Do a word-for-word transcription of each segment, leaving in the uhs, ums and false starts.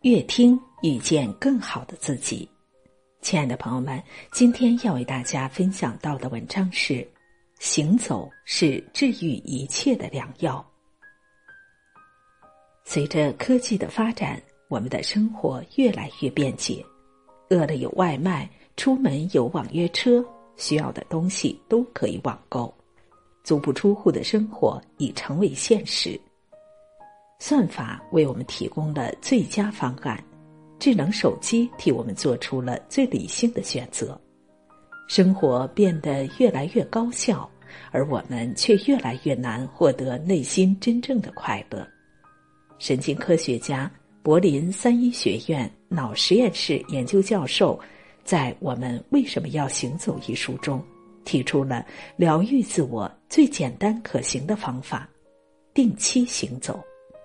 越听遇见更好的自己。亲爱的朋友们，今天要为大家分享到的文章是：行走是治愈一切的良药。随着科技的发展，我们的生活越来越便捷，饿了有外卖，出门有网约车，需要的东西都可以网购，足不出户的生活已成为现实。算法为我们提供了最佳方案，智能手机替我们做出了最理性的选择，生活变得越来越高效，而我们却越来越难获得内心真正的快乐。神经科学家、柏林三一学院脑实验室研究教授在《我们为什么要行走》一书中提出了疗愈自我最简单可行的方法：定期行走。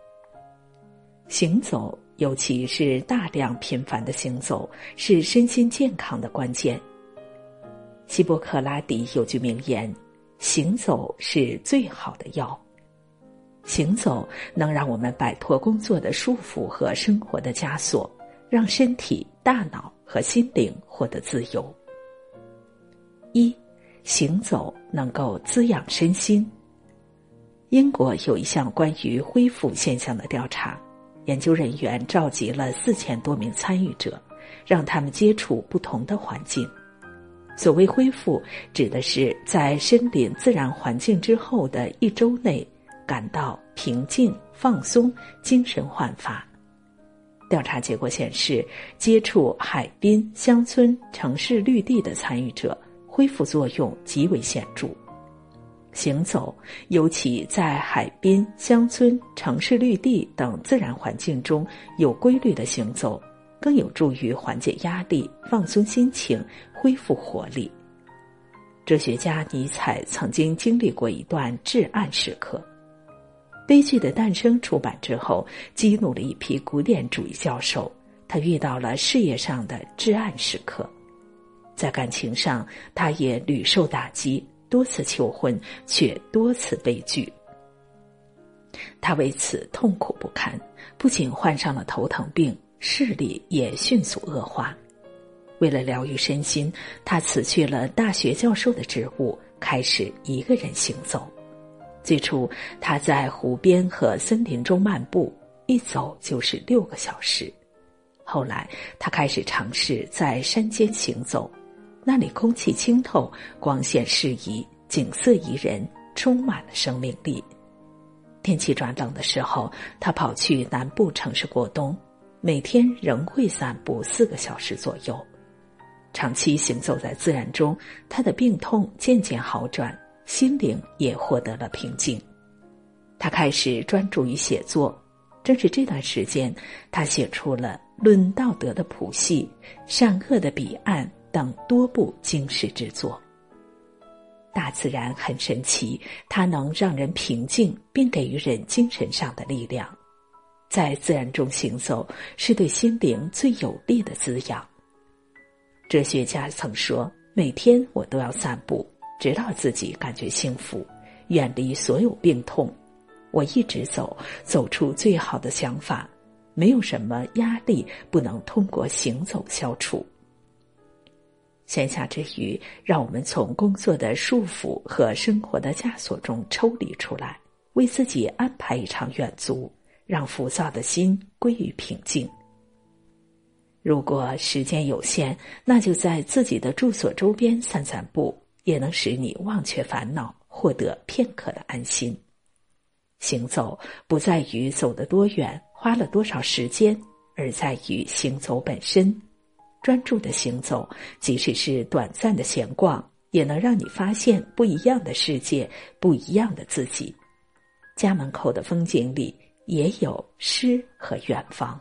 行走，尤其是大量频繁的行走，是身心健康的关键。希波克拉底有句名言：行走是最好的药。行走能让我们摆脱工作的束缚和生活的枷锁，让身体、大脑和心灵获得自由。一，行走能够滋养身心。英国有一项关于恢复现象的调查，研究人员召集了四千多名参与者，让他们接触不同的环境。所谓恢复，指的是在身临自然环境之后的一周内感到平静、放松、精神焕发。调查结果显示，接触海滨、乡村、城市绿地的参与者恢复作用极为显著。行走，尤其在海滨、乡村、城市绿地等自然环境中有规律的行走，更有助于缓解压力、放松心情、恢复活力。哲学家尼采曾经经历过一段至暗时刻。悲剧的诞生出版之后，激怒了一批古典主义教授，他遇到了事业上的至暗时刻。在感情上，他也屡受打击，多次求婚，却多次被拒。他为此痛苦不堪，不仅患上了头疼病，视力也迅速恶化。为了疗愈身心，他辞去了大学教授的职务，开始一个人行走。最初，他在湖边和森林中漫步，一走就是六个小时。后来，他开始尝试在山间行走，那里空气清透，光线适宜，景色宜人，充满了生命力。天气转冷的时候，他跑去南部城市过冬，每天仍会散步四个小时左右。长期行走在自然中，他的病痛渐渐好转，心灵也获得了平静。他开始专注于写作，正是这段时间，他写出了《论道德的谱系》《善恶的彼岸》等多部经世之作。大自然很神奇，它能让人平静，并给予人精神上的力量。在自然中行走，是对心灵最有力的滋养。哲学家曾说，每天我都要散步，直到自己感觉幸福，远离所有病痛。我一直走，走出最好的想法，没有什么压力不能通过行走消除。闲暇之余，让我们从工作的束缚和生活的枷锁中抽离出来，为自己安排一场远足，让浮躁的心归于平静。如果时间有限，那就在自己的住所周边散散步，也能使你忘却烦恼，获得片刻的安心。行走不在于走得多远，花了多少时间，而在于行走本身。专注的行走，即使是短暂的闲逛，也能让你发现不一样的世界，不一样的自己。家门口的风景里也有诗和远方。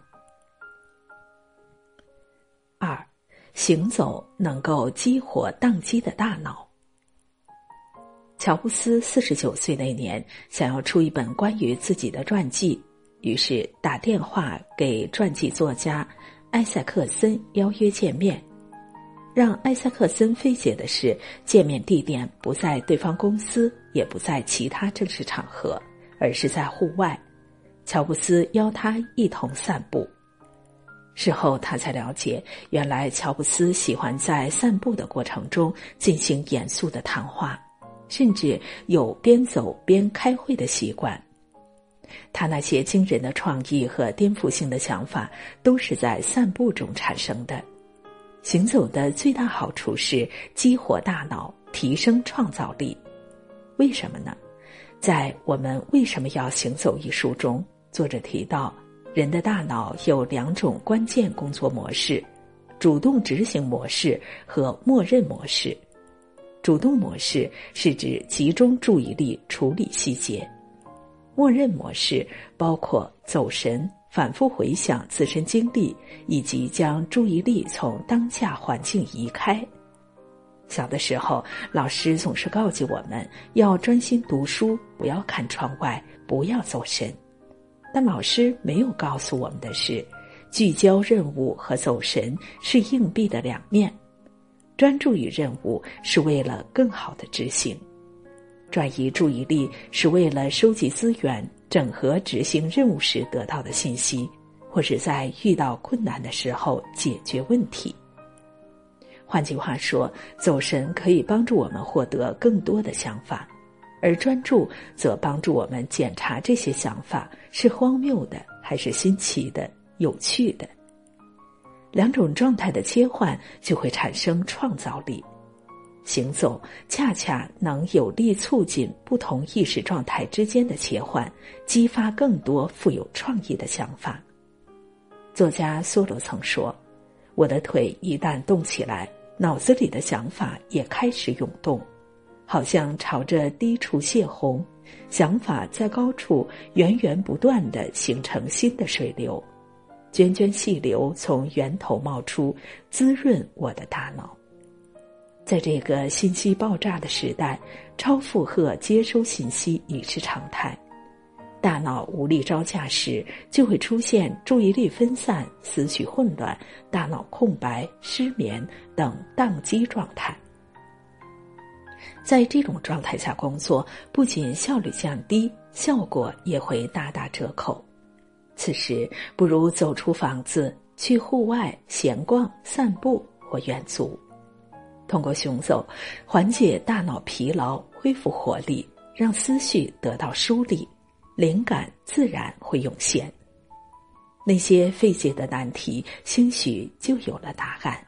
二，行走能够激活宕机的大脑。乔布斯四十九岁那年，想要出一本关于自己的传记，于是打电话给传记作家埃塞克森邀约见面。让埃塞克森费解的是，见面地点不在对方公司，也不在其他正式场合，而是在户外。乔布斯邀他一同散步。 事后他才了解，原来乔布斯喜欢在散步的过程中进行严肃的谈话，甚至有边走边开会的习惯。他那些惊人的创意和颠覆性的想法都是在散步中产生的。行走的最大好处是激活大脑，提升创造力。为什么呢？在我们为什么要行走一书中，作者提到人的大脑有两种关键工作模式，主动执行模式和默认模式。主动模式是指集中注意力处理细节，默认模式包括走神、反复回想自身经历，以及将注意力从当下环境移开。小的时候，老师总是告诫我们要专心读书，不要看窗外，不要走神。但老师没有告诉我们的是，聚焦任务和走神是硬币的两面。专注于任务是为了更好的执行，转移注意力是为了收集资源，整合执行任务时得到的信息，或是在遇到困难的时候解决问题。换句话说，走神可以帮助我们获得更多的想法，而专注则帮助我们检查这些想法是荒谬的还是新奇的、有趣的。两种状态的切换就会产生创造力。行走恰恰能有力促进不同意识状态之间的切换，激发更多富有创意的想法。作家梭罗曾说，我的腿一旦动起来，脑子里的想法也开始涌动，好像朝着低处泄洪，想法在高处源源不断地形成新的水流，涓涓细流从源头冒出，滋润我的大脑。在这个信息爆炸的时代，超负荷接收信息已是常态。大脑无力招架时，就会出现注意力分散、思绪混乱、大脑空白、失眠等宕机状态。在这种状态下工作，不仅效率降低，效果也会大打折扣。此时，不如走出房子，去户外闲逛、散步或远足。通过行走，缓解大脑疲劳，恢复活力，让思绪得到梳理，灵感自然会涌现。那些费解的难题，兴许就有了答案。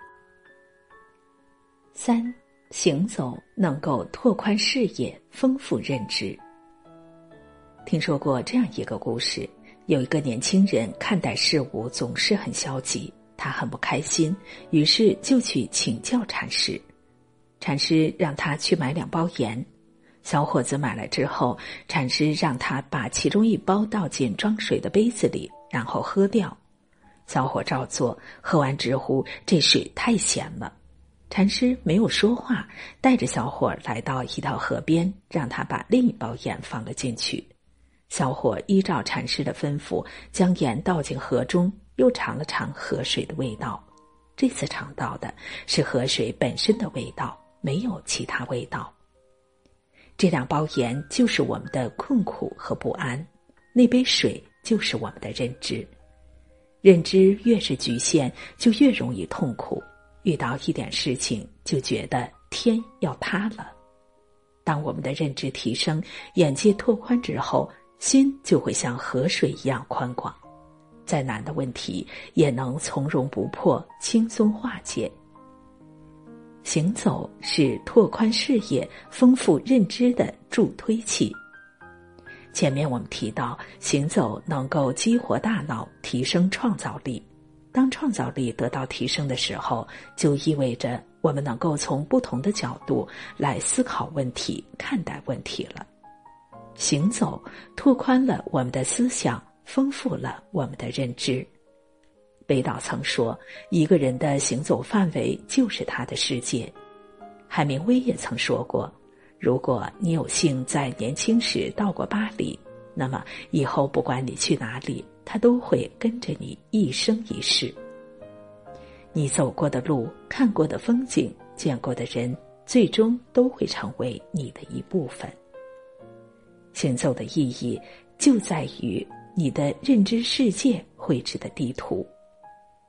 三，行走能够拓宽视野，丰富认知。听说过这样一个故事，有一个年轻人看待事物总是很消极，他很不开心，于是就去请教禅师。禅师让他去买两包盐，小伙子买来之后，禅师让他把其中一包倒进装水的杯子里，然后喝掉。小伙照做，喝完直呼这水太咸了。禅师没有说话，带着小伙来到一条河边，让他把另一包盐放了进去。小伙依照禅师的吩咐，将盐倒进河中，又尝了尝河水的味道。这次尝到的是河水本身的味道，没有其他味道。这两包盐就是我们的困苦和不安，那杯水就是我们的认知。认知越是局限，就越容易痛苦，遇到一点事情就觉得天要塌了。当我们的认知提升，眼界拓宽之后，心就会像河水一样宽广，再难的问题也能从容不迫，轻松化解。行走是拓宽视野、丰富认知的助推器。前面我们提到，行走能够激活大脑，提升创造力。当创造力得到提升的时候，就意味着我们能够从不同的角度来思考问题、看待问题了。行走拓宽了我们的思想，丰富了我们的认知。北岛曾说，一个人的行走范围就是他的世界。海明威也曾说过，如果你有幸在年轻时到过巴黎，那么以后不管你去哪里，他都会跟着你一生一世。你走过的路、看过的风景、见过的人，最终都会成为你的一部分。行走的意义就在于你的认知世界绘制的地图。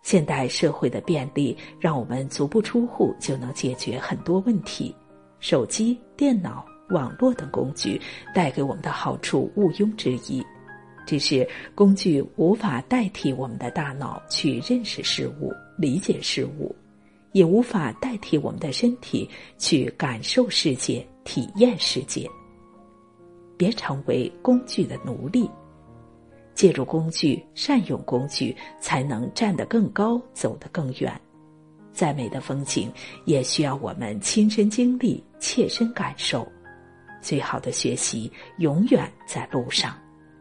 现代社会的便利，让我们足不出户就能解决很多问题。手机、电脑、网络等工具带给我们的好处毋庸置疑，只是工具无法代替我们的大脑去认识事物、理解事物，也无法代替我们的身体去感受世界、体验世界。别成为工具的奴隶，借助工具，善用工具，才能站得更高，走得更远。再美的风景，也需要我们亲身经历、切身感受。最好的学习，永远在路上。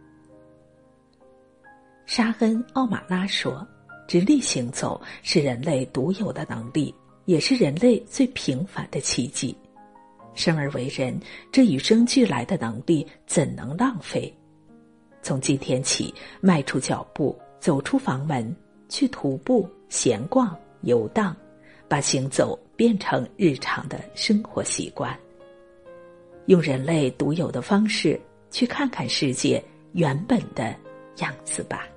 沙恩·奥马拉说，直立行走是人类独有的能力，也是人类最平凡的奇迹。生而为人，这与生俱来的能力怎能浪费？从今天起，迈出脚步，走出房门，去徒步、闲逛、游荡，把行走变成日常的生活习惯。用人类独有的方式去看看世界原本的样子吧。